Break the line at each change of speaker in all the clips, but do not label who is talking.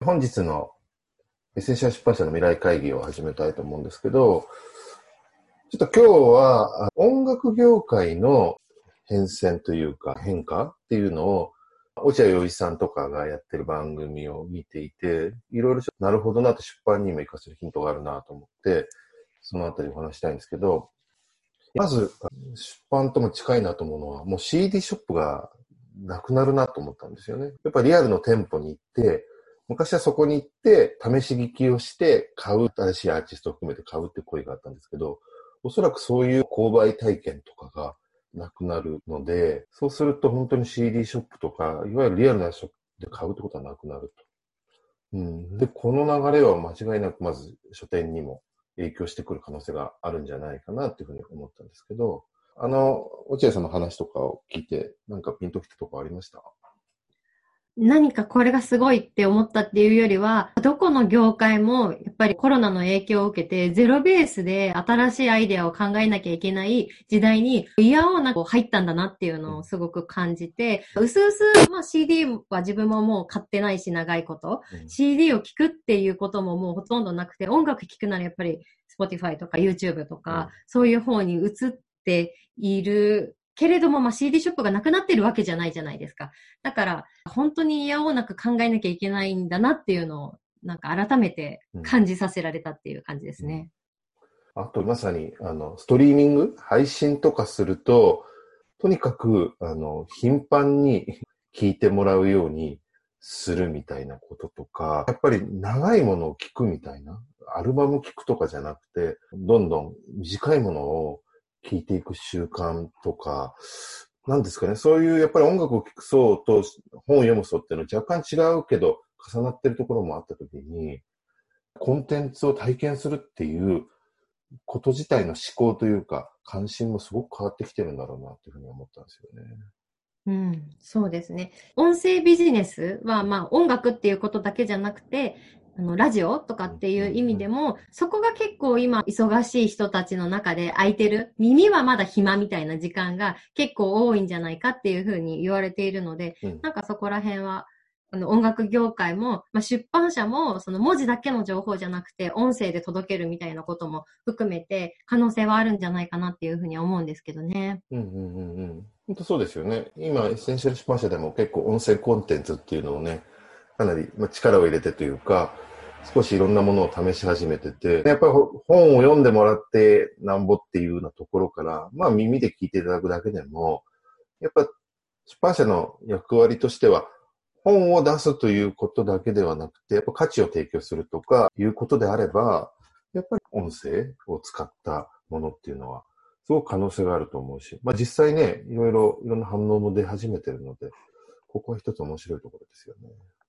本日のエッセンシャル出版社の未来会議を始めたいと思うんですけど、ちょっと今日は音楽業界の変遷というか変化っていうのを落合陽一さんとかがやってる番組を見ていて、いろいろなるほどなと出版にも活かせるヒントがあるなと思って、そのあたりお話したいんですけど、まず出版とも近いなと思うのは、もう CD ショップがなくなるなと思ったんですよね。やっぱりリアルの店舗に行って、昔はそこに行って試し聞きをして買う、新しいアーティストを含めて買うって声があったんですけど、おそらくそういう購買体験とかがなくなるので、そうすると本当に CD ショップとか、いわゆるリアルなショップで買うってことはなくなると。で、この流れは間違いなくまず書店にも影響してくる可能性があるんじゃないかなっていうふうに思ったんですけど、落合さんの話とかを聞いて、なんかピンときたとこありました？
何かこれがすごいって思ったっていうよりは、どこの業界もやっぱりコロナの影響を受けて、ゼロベースで新しいアイデアを考えなきゃいけない時代に、いやおうなく入ったんだなっていうのをすごく感じて、うすうす、CD は自分ももう買ってないし長いこと、CD を聴くっていうことももうほとんどなくて、音楽聴くならやっぱり Spotify とか YouTube とか、そういう方に移っているけれども、CD ショップがなくなってるわけじゃないじゃないですか。だから、本当に嫌おうなく考えなきゃいけないんだなっていうのを、なんか改めて感じさせられたっていう感じですね。
あと、まさに、ストリーミング配信とかすると、とにかく、頻繁に聞いてもらうようにするみたいなこととか、やっぱり長いものを聞くみたいな、アルバム聞くとかじゃなくて、どんどん短いものを聞いていく習慣とか、なんですかね、そういうやっぱり音楽を聴く層と本を読む層っていうのは若干違うけど、重なってるところもあったときに、コンテンツを体験するっていうこと自体の思考というか、関心もすごく変わってきてるんだろうなっていうふうに思ったんですよね。
うん、そうですね。音声ビジネスは、音楽っていうことだけじゃなくて、ラジオとかっていう意味でも、そこが結構今、忙しい人たちの中で空いてる、耳はまだ暇みたいな時間が結構多いんじゃないかっていうふうに言われているので、なんかそこら辺は、音楽業界も、出版社も、その文字だけの情報じゃなくて、音声で届けるみたいなことも含めて、可能性はあるんじゃないかなっていうふうに思うんですけどね。
本当そうですよね。今、エッセンシャル出版社でも結構音声コンテンツっていうのをね、かなり力を入れてというか、少しいろんなものを試し始めてて、やっぱり本を読んでもらってなんぼっていうようなところから、耳で聞いていただくだけでも、やっぱ出版社の役割としては、本を出すということだけではなくて、やっぱ価値を提供するとかいうことであれば、やっぱり音声を使ったものっていうのは、すごく可能性があると思うし、実際ね、いろんな反応も出始めてるので、ここは一つ面白いところですよね。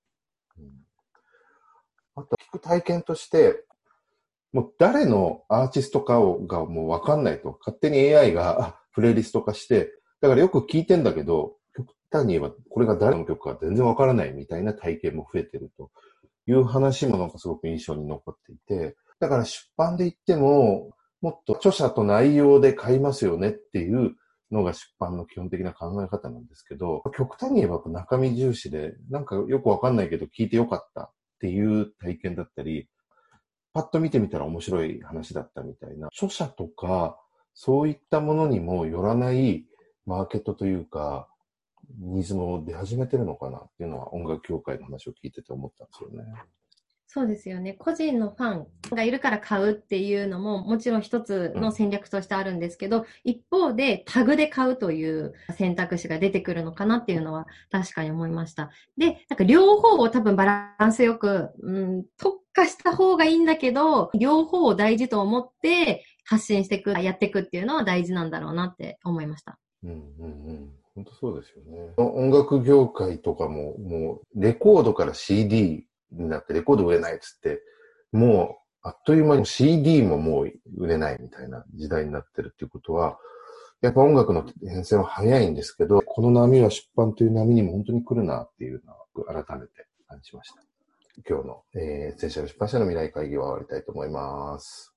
あと、聞く体験として、もう誰のアーティストかがもうわかんないと、勝手に AI がプレイリスト化して、だからよく聞いてんだけど、極端に言えばこれが誰の曲か全然わからないみたいな体験も増えてるという話もなんかすごく印象に残っていて、だから出版で言っても、もっと著者と内容で買いますよねっていうのが出版の基本的な考え方なんですけど、極端に言えば中身重視で、なんかよくわかんないけど聞いてよかったっていう体験だったり、パッと見てみたら面白い話だったみたいな、著者とか、そういったものにもよらないマーケットというか、ニーズも出始めてるのかなっていうのは音楽協会の話を聞いてて思ったんですよね。
そうですよね。個人のファンがいるから買うっていうのももちろん一つの戦略としてあるんですけど、一方でタグで買うという選択肢が出てくるのかなっていうのは確かに思いました。で、なんか両方を多分バランスよく、特化した方がいいんだけど、両方を大事と思って発信していく、やっていくっていうのは大事なんだろうなって思いました。
本当そうですよね。音楽業界とかも、もう、レコードから CD になって、レコード売れないっつって、もう、あっという間に CD ももう売れないみたいな時代になってるっていうことは、やっぱ音楽の変遷は早いんですけど、この波は出版という波にも本当に来るなっていうのを改めて感じました。今日の、エッセンシャル出版社の未来会議は終わりたいと思います。